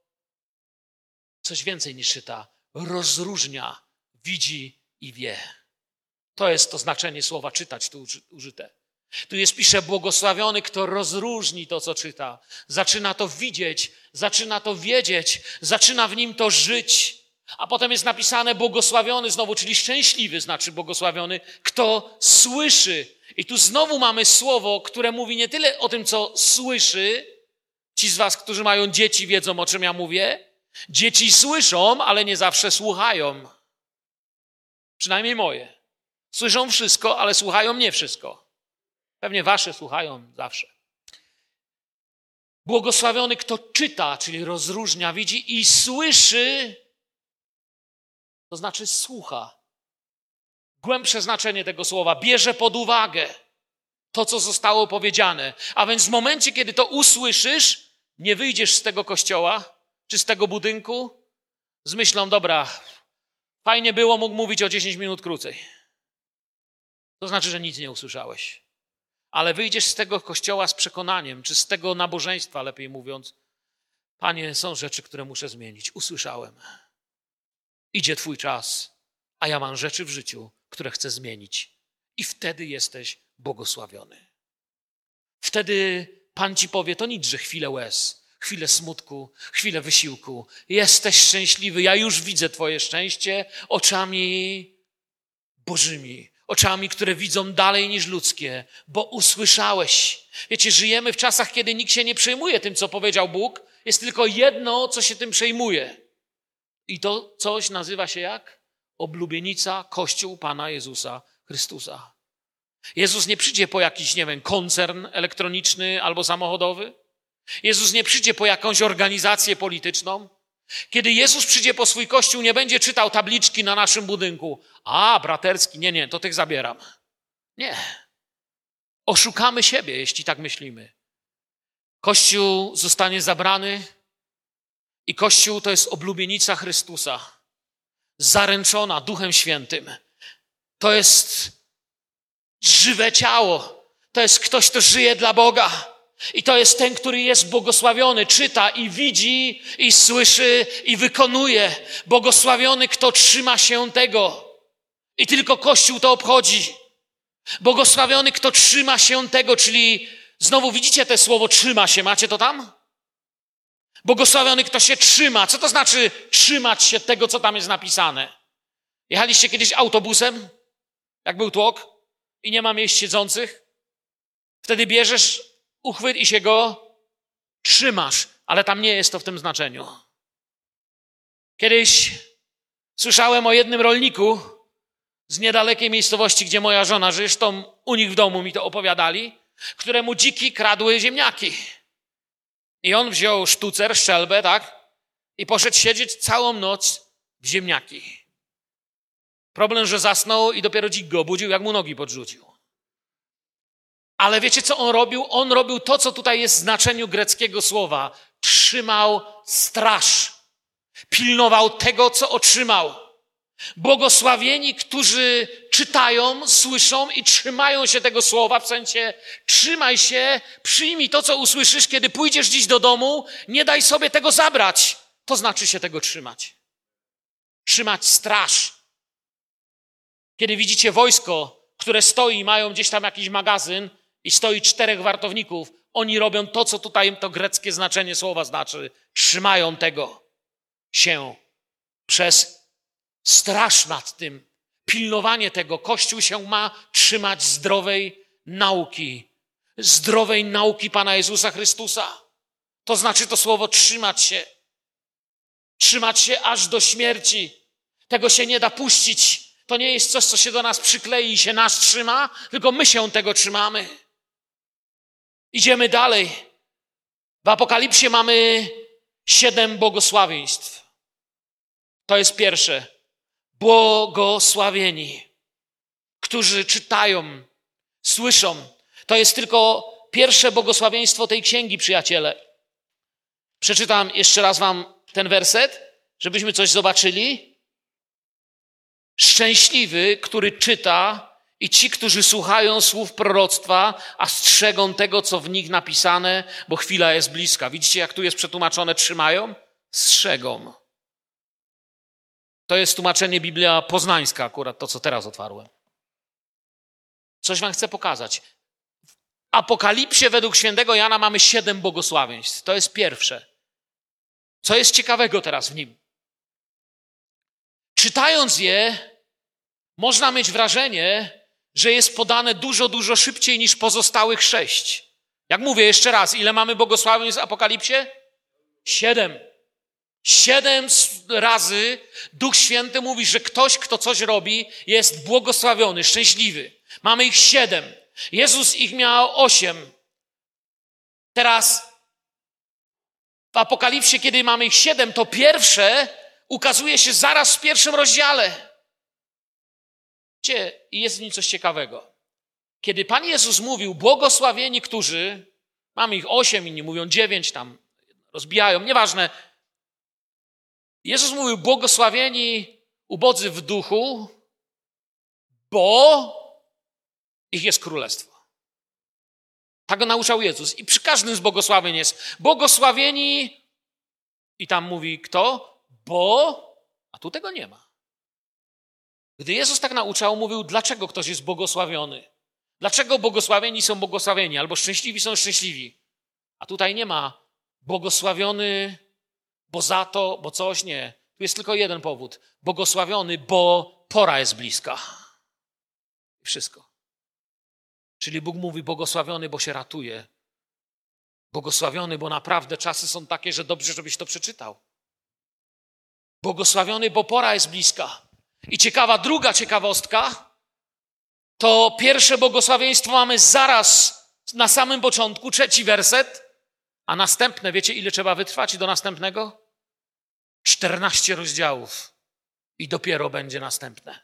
coś więcej niż czyta. Rozróżnia, widzi i wie. To jest to znaczenie słowa czytać tu użyte. Tu jest pisze błogosławiony, kto rozróżni to, co czyta. Zaczyna to widzieć, zaczyna to wiedzieć, zaczyna w nim to żyć. A potem jest napisane błogosławiony znowu, czyli szczęśliwy znaczy błogosławiony, kto słyszy. I tu znowu mamy słowo, które mówi nie tyle o tym, co słyszy. Ci z was, którzy mają dzieci, wiedzą, o czym ja mówię. Dzieci słyszą, ale nie zawsze słuchają. Przynajmniej moje. Słyszą wszystko, ale słuchają nie wszystko. Pewnie wasze słuchają zawsze. Błogosławiony, kto czyta, czyli rozróżnia, widzi i słyszy, to znaczy słucha. Głębsze znaczenie tego słowa bierze pod uwagę to, co zostało powiedziane. A więc w momencie, kiedy to usłyszysz, nie wyjdziesz z tego kościoła czy z tego budynku z myślą, dobra, fajnie było, mógł mówić o 10 minut krócej. To znaczy, że nic nie usłyszałeś. Ale wyjdziesz z tego kościoła z przekonaniem, czy z tego nabożeństwa, lepiej mówiąc, Panie, są rzeczy, które muszę zmienić. Usłyszałem. Idzie Twój czas, a ja mam rzeczy w życiu, które chcę zmienić. I wtedy jesteś błogosławiony. Wtedy Pan ci powie, to nic, że chwilę łez, chwilę smutku, chwilę wysiłku. Jesteś szczęśliwy, ja już widzę Twoje szczęście oczami Bożymi. Oczami, które widzą dalej niż ludzkie, bo usłyszałeś. Wiecie, żyjemy w czasach, kiedy nikt się nie przejmuje tym, co powiedział Bóg. Jest tylko jedno, co się tym przejmuje. I to coś nazywa się jak? Oblubienica Kościół Pana Jezusa Chrystusa. Jezus nie przyjdzie po jakiś, nie wiem, koncern elektroniczny albo samochodowy. Jezus nie przyjdzie po jakąś organizację polityczną. Kiedy Jezus przyjdzie po swój Kościół, nie będzie czytał tabliczki na naszym budynku. A, braterski, nie, to tych zabieram. Nie. Oszukamy siebie, jeśli tak myślimy. Kościół zostanie zabrany i Kościół to jest oblubienica Chrystusa. Zaręczona Duchem Świętym. To jest żywe ciało. To jest ktoś, kto żyje dla Boga. I to jest ten, który jest błogosławiony, czyta i widzi, i słyszy, i wykonuje. Błogosławiony, kto trzyma się tego. I tylko Kościół to obchodzi. Błogosławiony, kto trzyma się tego, czyli znowu widzicie te słowo trzyma się, macie to tam? Błogosławiony, kto się trzyma. Co to znaczy trzymać się tego, co tam jest napisane? Jechaliście kiedyś autobusem, jak był tłok i nie ma miejsc siedzących? Wtedy bierzesz uchwyt i się go trzymasz, ale tam nie jest to w tym znaczeniu. Kiedyś słyszałem o jednym rolniku z niedalekiej miejscowości, gdzie moja żona, zresztą u nich w domu mi to opowiadali, któremu dziki kradły ziemniaki. I on wziął sztucer, szczelbę, tak? I poszedł siedzieć całą noc w ziemniaki. Problem, że zasnął i dopiero dzik go obudził, jak mu nogi podrzucił. Ale wiecie, co on robił? On robił to, co tutaj jest w znaczeniu greckiego słowa. Trzymał straż. Pilnował tego, co otrzymał. Błogosławieni, którzy czytają, słyszą i trzymają się tego słowa, w sensie trzymaj się, przyjmij to, co usłyszysz, kiedy pójdziesz dziś do domu, nie daj sobie tego zabrać. To znaczy się tego trzymać. Trzymać straż. Kiedy widzicie wojsko, które stoi, mają gdzieś tam jakiś magazyn i stoi 4 wartowników. Oni robią to, co tutaj to greckie znaczenie słowa znaczy. Trzymają tego się przez straż nad tym, pilnowanie tego. Kościół się ma trzymać zdrowej nauki Pana Jezusa Chrystusa. To znaczy to słowo trzymać się aż do śmierci. Tego się nie da puścić. To nie jest coś, co się do nas przyklei i się nas trzyma, tylko my się tego trzymamy. Idziemy dalej. W Apokalipsie mamy 7 błogosławieństw. To jest pierwsze. Błogosławieni, którzy czytają, słyszą. To jest tylko pierwsze błogosławieństwo tej księgi, przyjaciele. Przeczytam jeszcze raz wam ten werset, żebyśmy coś zobaczyli. Szczęśliwy, który czyta, i ci, którzy słuchają słów proroctwa, a strzegą tego, co w nich napisane, bo chwila jest bliska. Widzicie, jak tu jest przetłumaczone trzymają? Strzegą. To jest tłumaczenie Biblia Poznańska, akurat to, co teraz otwarłem. Coś wam chcę pokazać. W Apokalipsie według świętego Jana mamy 7 błogosławieństw. To jest pierwsze. Co jest ciekawego teraz w nim? Czytając je, można mieć wrażenie, że jest podane dużo, dużo szybciej niż pozostałych 6. Jak mówię jeszcze raz, ile mamy błogosławieństw w Apokalipsie? 7. 7 razy Duch Święty mówi, że ktoś, kto coś robi, jest błogosławiony, szczęśliwy. Mamy ich 7. Jezus ich miał 8. Teraz w Apokalipsie, kiedy mamy ich 7, to pierwsze ukazuje się zaraz w 1 rozdziale. Wiecie, i jest w nim coś ciekawego. Kiedy Pan Jezus mówił, błogosławieni, którzy, mamy ich 8, inni mówią 9, tam rozbijają, nieważne. Jezus mówił, błogosławieni ubodzy w duchu, bo ich jest królestwo. Tak go nauczał Jezus. I przy każdym z błogosławień jest błogosławieni i tam mówi kto? Bo, a tu tego nie ma. Gdy Jezus tak nauczał, mówił, dlaczego ktoś jest błogosławiony. Dlaczego błogosławieni są błogosławieni, albo szczęśliwi są szczęśliwi. A tutaj nie ma błogosławiony, bo za to, bo coś, nie. Tu jest tylko jeden powód. Błogosławiony, bo pora jest bliska. I wszystko. Czyli Bóg mówi błogosławiony, bo się ratuje. Błogosławiony, bo naprawdę czasy są takie, że dobrze, żebyś to przeczytał. Błogosławiony, bo pora jest bliska. I druga ciekawostka, to pierwsze błogosławieństwo mamy zaraz na samym początku, 3 werset, a następne, wiecie ile trzeba wytrwać do następnego? 14 rozdziałów i dopiero będzie następne.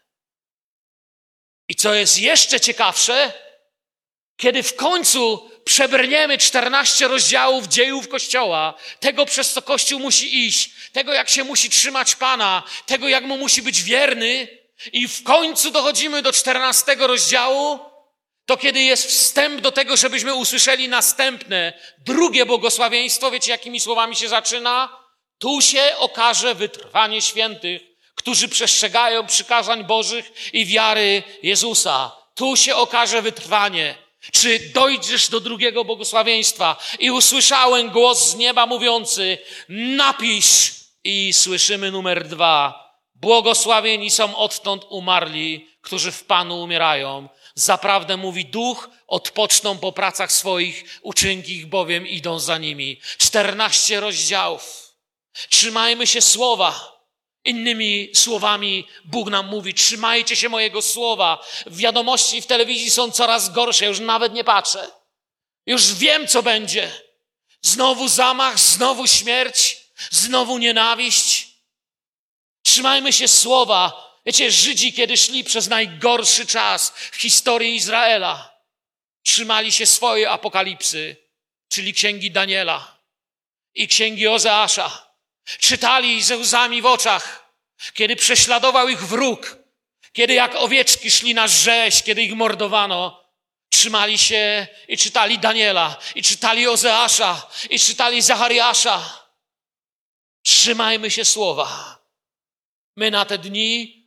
I co jest jeszcze ciekawsze, kiedy w końcu przebrniemy 14 rozdziałów dziejów Kościoła, tego przez co Kościół musi iść, tego jak się musi trzymać Pana, tego jak mu musi być wierny i w końcu dochodzimy do 14 rozdziału, to kiedy jest wstęp do tego, żebyśmy usłyszeli następne, drugie błogosławieństwo, wiecie jakimi słowami się zaczyna? Tu się okaże wytrwanie świętych, którzy przestrzegają przykazań Bożych i wiary Jezusa. Tu się okaże wytrwanie. Czy dojdziesz do drugiego błogosławieństwa? I usłyszałem głos z nieba mówiący, napisz. I słyszymy numer 2. Błogosławieni są odtąd umarli, którzy w Panu umierają. Zaprawdę mówi Duch, odpoczną po pracach swoich, uczynki ich bowiem idą za nimi. 14 rozdziałów. Trzymajmy się słowa. Innymi słowami Bóg nam mówi, trzymajcie się mojego słowa. Wiadomości w telewizji są coraz gorsze, już nawet nie patrzę. Już wiem, co będzie. Znowu zamach, znowu śmierć, znowu nienawiść. Trzymajmy się słowa. Wiecie, Żydzi, kiedy szli przez najgorszy czas w historii Izraela, trzymali się swojej apokalipsy, czyli księgi Daniela i księgi Ozeasza. Czytali ze łzami w oczach, kiedy prześladował ich wróg, kiedy jak owieczki szli na rzeź, kiedy ich mordowano, trzymali się i czytali Daniela, i czytali Ozeasza, i czytali Zachariasza. Trzymajmy się słowa. My na te dni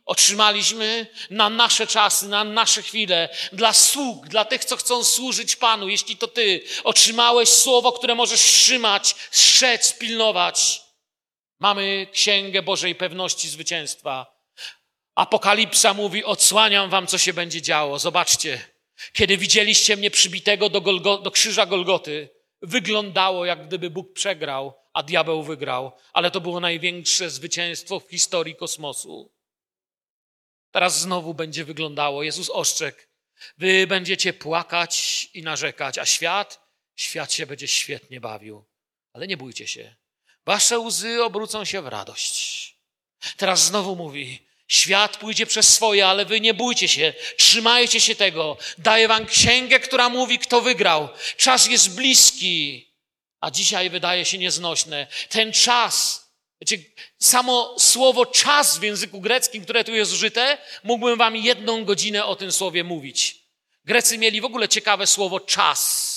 Otrzymaliśmy na nasze czasy, na nasze chwile, dla sług, dla tych, co chcą służyć Panu. Jeśli to Ty otrzymałeś słowo, które możesz trzymać, strzec, pilnować. Mamy Księgę Bożej Pewności Zwycięstwa. Apokalipsa mówi, odsłaniam wam, co się będzie działo. Zobaczcie, kiedy widzieliście mnie przybitego do krzyża Golgoty, wyglądało, jak gdyby Bóg przegrał, a diabeł wygrał. Ale to było największe zwycięstwo w historii kosmosu. Teraz znowu będzie wyglądało. Jezus ostrzegł, wy będziecie płakać i narzekać, a świat się będzie świetnie bawił. Ale nie bójcie się. Wasze łzy obrócą się w radość. Teraz znowu mówi, świat pójdzie przez swoje, ale wy nie bójcie się, trzymajcie się tego. Daję wam księgę, która mówi, kto wygrał. Czas jest bliski, a dzisiaj wydaje się nieznośne. Ten czas, wiecie, samo słowo czas w języku greckim, które tu jest użyte, mógłbym wam 1 godzinę o tym słowie mówić. Grecy mieli w ogóle ciekawe słowo czas.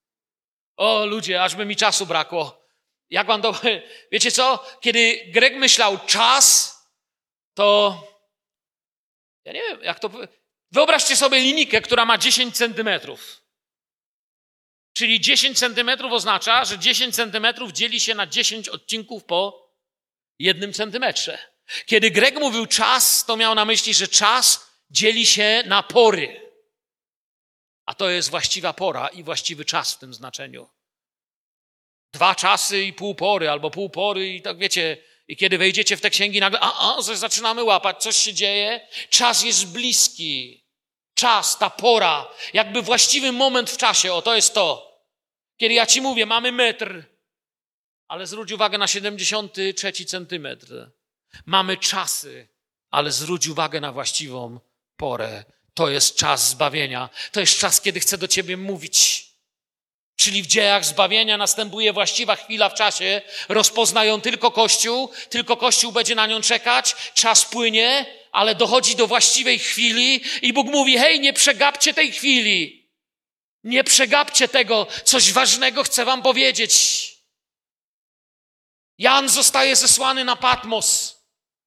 O ludzie, ażby mi czasu brakło. Jak wam to... Wiecie co? Kiedy Grek myślał czas, to... Ja nie wiem, jak to... Wyobraźcie sobie linijkę, która ma 10 centymetrów. Czyli 10 centymetrów oznacza, że 10 centymetrów dzieli się na 10 odcinków po 1 centymetrze. Kiedy Grek mówił czas, to miał na myśli, że czas dzieli się na pory. A to jest właściwa pora i właściwy czas w tym znaczeniu. 2 czasy i pół pory, albo pół pory i tak wiecie, i kiedy wejdziecie w te księgi nagle, zaczynamy łapać, coś się dzieje, czas jest bliski. Czas, ta pora, jakby właściwy moment w czasie, o to jest to. Kiedy ja ci mówię, mamy metr, ale zwróć uwagę na 73 centymetr. Mamy czasy, ale zwróć uwagę na właściwą porę. To jest czas zbawienia. To jest czas, kiedy chcę do ciebie mówić. Czyli w dziejach zbawienia następuje właściwa chwila w czasie. Rozpoznają tylko Kościół będzie na nią czekać. Czas płynie, ale dochodzi do właściwej chwili i Bóg mówi, hej, nie przegapcie tej chwili. Nie przegapcie tego. Coś ważnego chcę wam powiedzieć. Jan zostaje zesłany na Patmos.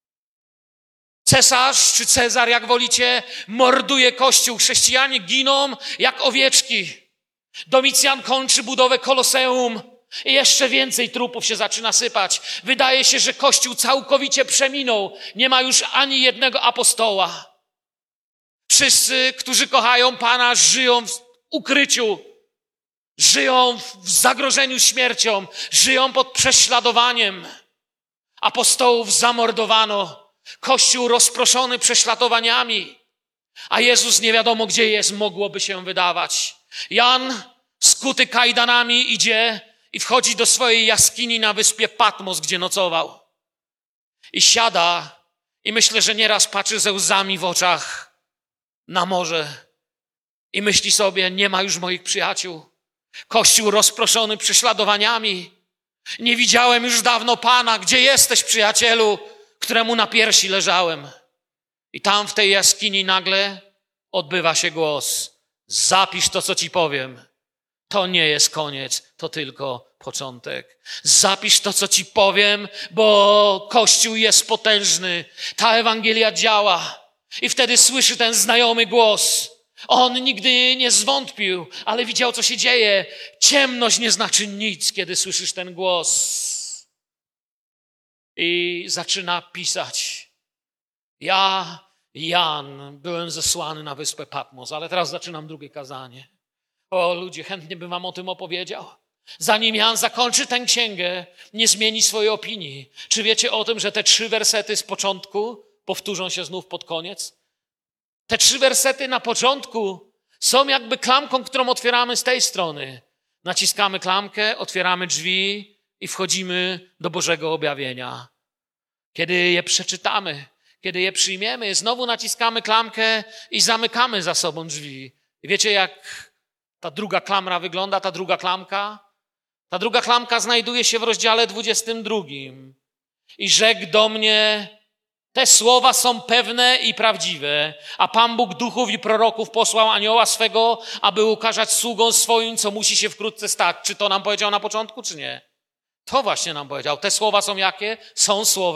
Cesarz, czy Cezar, jak wolicie, morduje Kościół. Chrześcijanie giną jak owieczki. Domicjan kończy budowę Koloseum i jeszcze więcej trupów się zaczyna sypać. Wydaje się, że Kościół całkowicie przeminął. Nie ma już ani jednego apostoła. Wszyscy, którzy kochają Pana, żyją w ukryciu. Żyją w zagrożeniu śmiercią. Żyją pod prześladowaniem. Apostołów zamordowano. Kościół rozproszony prześladowaniami. A Jezus nie wiadomo gdzie jest, mogłoby się wydawać. Jan, skuty kajdanami, idzie i wchodzi do swojej jaskini na wyspie Patmos, gdzie nocował. I siada i myślę, że nieraz patrzy ze łzami w oczach na morze i myśli sobie, nie ma już moich przyjaciół. Kościół rozproszony prześladowaniami. Nie widziałem już dawno Pana. Gdzie jesteś, przyjacielu, któremu na piersi leżałem? I tam w tej jaskini nagle odbywa się głos. Zapisz to, co ci powiem. To nie jest koniec, to tylko początek. Zapisz to, co ci powiem, bo Kościół jest potężny. Ta Ewangelia działa. I wtedy słyszy ten znajomy głos. On nigdy nie zwątpił, ale widział, co się dzieje. Ciemność nie znaczy nic, kiedy słyszysz ten głos. I zaczyna pisać. Ja, Jan, byłem zesłany na wyspę Patmos, ale teraz zaczynam drugie kazanie. O ludzie, chętnie bym wam o tym opowiedział. Zanim Jan zakończy tę księgę, nie zmieni swojej opinii. Czy wiecie o tym, że te 3 wersety z początku powtórzą się znów pod koniec? Te 3 wersety na początku są jakby klamką, którą otwieramy z tej strony. Naciskamy klamkę, otwieramy drzwi i wchodzimy do Bożego objawienia. Kiedy je przeczytamy, kiedy je przyjmiemy, znowu naciskamy klamkę i zamykamy za sobą drzwi. I wiecie, jak ta druga klamra wygląda, ta druga klamka? Ta druga klamka znajduje się w rozdziale 22. I rzekł do mnie, te słowa są pewne i prawdziwe, a Pan Bóg duchów i proroków posłał anioła swego, aby ukażać sługom swoim, co musi się wkrótce stać. Czy to nam powiedział na początku, czy nie? To właśnie nam powiedział. Te słowa są jakie? Są słowem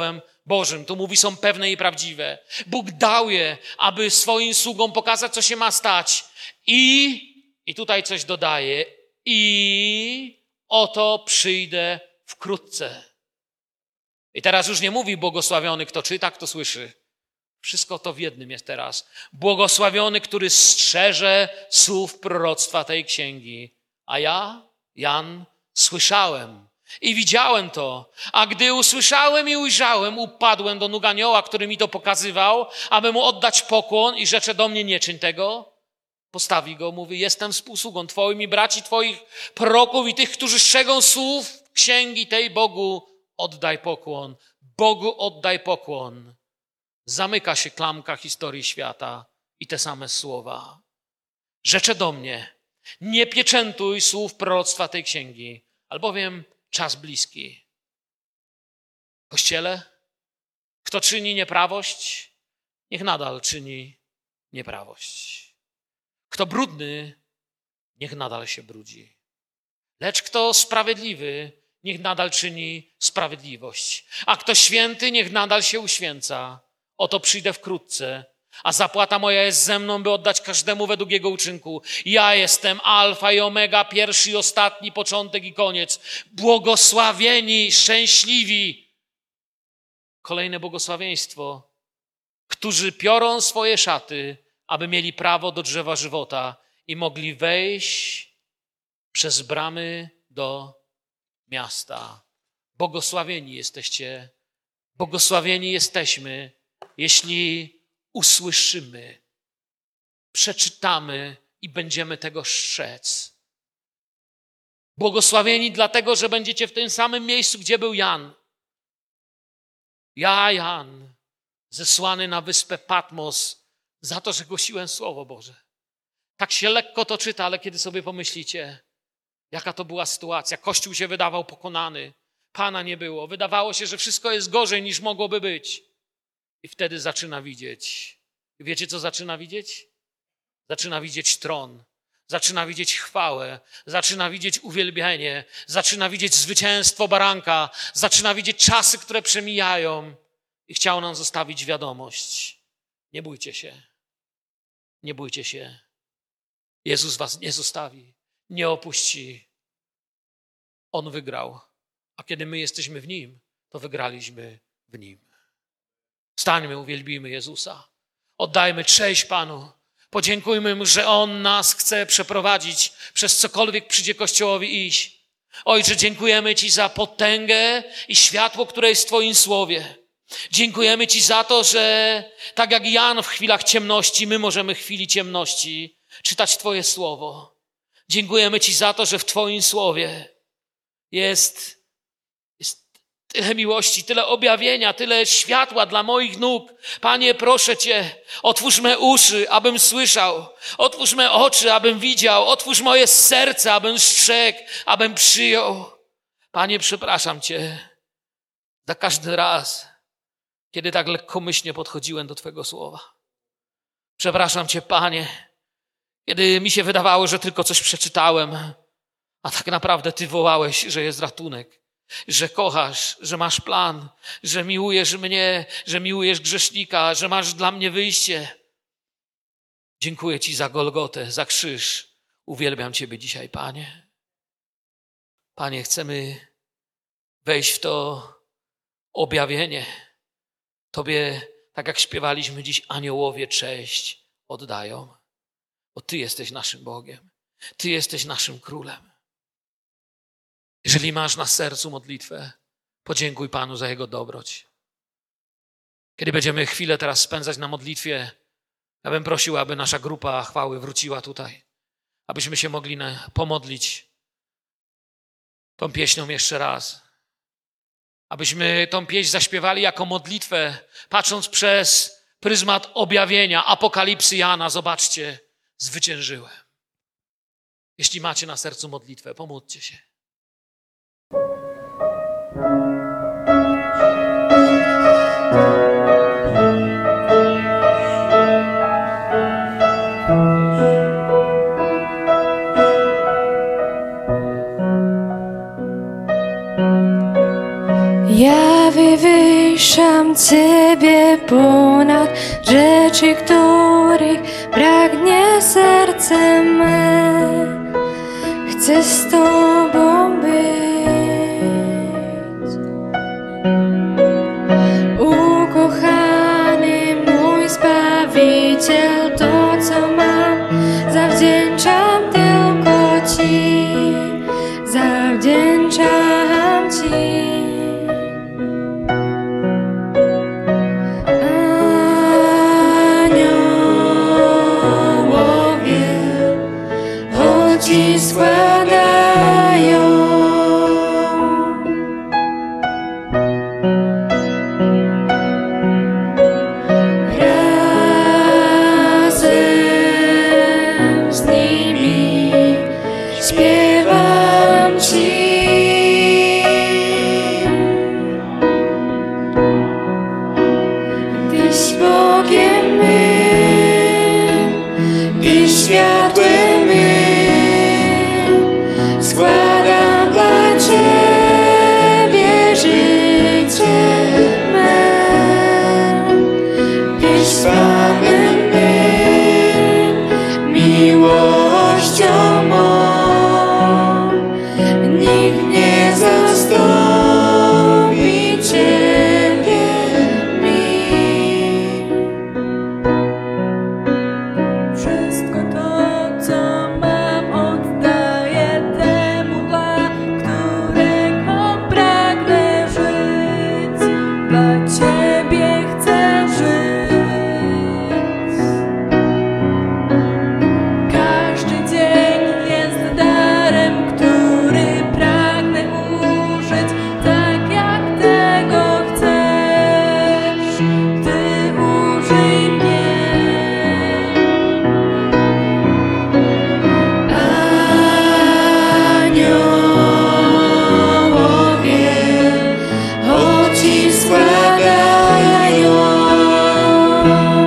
Bożym, tu mówi, są pewne i prawdziwe. Bóg dał je, aby swoim sługom pokazać, co się ma stać. I tutaj coś dodaje. I oto przyjdę wkrótce. I teraz już nie mówi błogosławiony, kto czyta, kto słyszy. Wszystko to w jednym jest teraz. Błogosławiony, który strzeże słów proroctwa tej księgi. A ja, Jan, słyszałem i widziałem to. A gdy usłyszałem i ujrzałem, upadłem do nóg anioła, który mi to pokazywał, aby mu oddać pokłon i rzecze do mnie, nie czyń tego. Postawi go, mówi, jestem współsługą Twoim i braci Twoich proroków i tych, którzy strzegą słów księgi tej. Bogu oddaj pokłon. Bogu oddaj pokłon. Zamyka się klamka historii świata i te same słowa. Rzecze do mnie, nie pieczętuj słów proroctwa tej księgi, albowiem czas bliski. Kościele, kto czyni nieprawość, niech nadal czyni nieprawość. Kto brudny, niech nadal się brudzi. Lecz kto sprawiedliwy, niech nadal czyni sprawiedliwość. A kto święty, niech nadal się uświęca. Oto przyjdę wkrótce, a zapłata moja jest ze mną, by oddać każdemu według jego uczynku. Ja jestem Alfa i Omega, pierwszy i ostatni, początek i koniec. Błogosławieni, szczęśliwi. Kolejne błogosławieństwo. Którzy piorą swoje szaty, aby mieli prawo do drzewa żywota i mogli wejść przez bramy do miasta. Błogosławieni jesteście, błogosławieni jesteśmy, jeśli usłyszymy, przeczytamy i będziemy tego strzec. Błogosławieni dlatego, że będziecie w tym samym miejscu, gdzie był Jan. Ja, Jan, zesłany na wyspę Patmos za to, że głosiłem Słowo Boże. Tak się lekko to czyta, ale kiedy sobie pomyślicie, jaka to była sytuacja. Kościół się wydawał pokonany. Pana nie było. Wydawało się, że wszystko jest gorzej niż mogłoby być. I wtedy zaczyna widzieć. I wiecie, co zaczyna widzieć? Zaczyna widzieć tron. Zaczyna widzieć chwałę. Zaczyna widzieć uwielbienie. Zaczyna widzieć zwycięstwo baranka. Zaczyna widzieć czasy, które przemijają. I chciał nam zostawić wiadomość. Nie bójcie się. Nie bójcie się. Jezus was nie zostawi. Nie opuści. On wygrał. A kiedy my jesteśmy w Nim, to wygraliśmy w Nim. Wstańmy, uwielbijmy Jezusa. Oddajmy cześć Panu. Podziękujmy Mu, że On nas chce przeprowadzić przez cokolwiek przyjdzie Kościołowi iść. Ojcze, dziękujemy Ci za potęgę i światło, które jest w Twoim Słowie. Dziękujemy Ci za to, że tak jak Jan w chwilach ciemności, my możemy w chwili ciemności czytać Twoje Słowo. Dziękujemy Ci za to, że w Twoim Słowie jest tyle miłości, tyle objawienia, tyle światła dla moich nóg. Panie, proszę Cię, otwórz me uszy, abym słyszał. Otwórz me oczy, abym widział. Otwórz moje serce, abym strzegł, abym przyjął. Panie, przepraszam Cię za każdy raz, kiedy tak lekkomyślnie podchodziłem do Twojego słowa. Przepraszam Cię, Panie, kiedy mi się wydawało, że tylko coś przeczytałem, a tak naprawdę Ty wołałeś, że jest ratunek, że kochasz, że masz plan, że miłujesz mnie, że miłujesz grzesznika, że masz dla mnie wyjście. Dziękuję Ci za Golgotę, za krzyż. Uwielbiam Ciebie dzisiaj, Panie. Panie, chcemy wejść w to objawienie. Tobie, tak jak śpiewaliśmy dziś, aniołowie cześć oddają. Bo Ty jesteś naszym Bogiem. Ty jesteś naszym Królem. Jeżeli masz na sercu modlitwę, podziękuj Panu za Jego dobroć. Kiedy będziemy chwilę teraz spędzać na modlitwie, ja bym prosił, aby nasza grupa chwały wróciła tutaj. Abyśmy się mogli pomodlić tą pieśnią jeszcze raz. Abyśmy tą pieśń zaśpiewali jako modlitwę, patrząc przez pryzmat objawienia, apokalipsy Jana. Zobaczcie, zwyciężyłem. Jeśli macie na sercu modlitwę, pomódlcie się. Ja wywyższam ponad rzeczy, których pragnie serce me. Chcę z Tobą być. Ukochany mój Zbawiciel, to co mam zawdzięczam tylko Ci, zawdzięczam Ci. Aniołowie hołd składają. Razem z nimi śpiewam Ci. Tyś Bogiem mym, Tyś światłem mym, składam dla Ciebie życie me. Tyś Panem mym, miłością mą, nikt nie zastąpi Ciebie mi. Wszystko to, co mam, oddaję temu, dla którego pragnę żyć. Dla Ciebie chcę żyć. Każdy dzień jest darem, który pragnę użyć, tak jak tego chcesz. Ty użyj mnie. Aniołowie hołd Ci składają.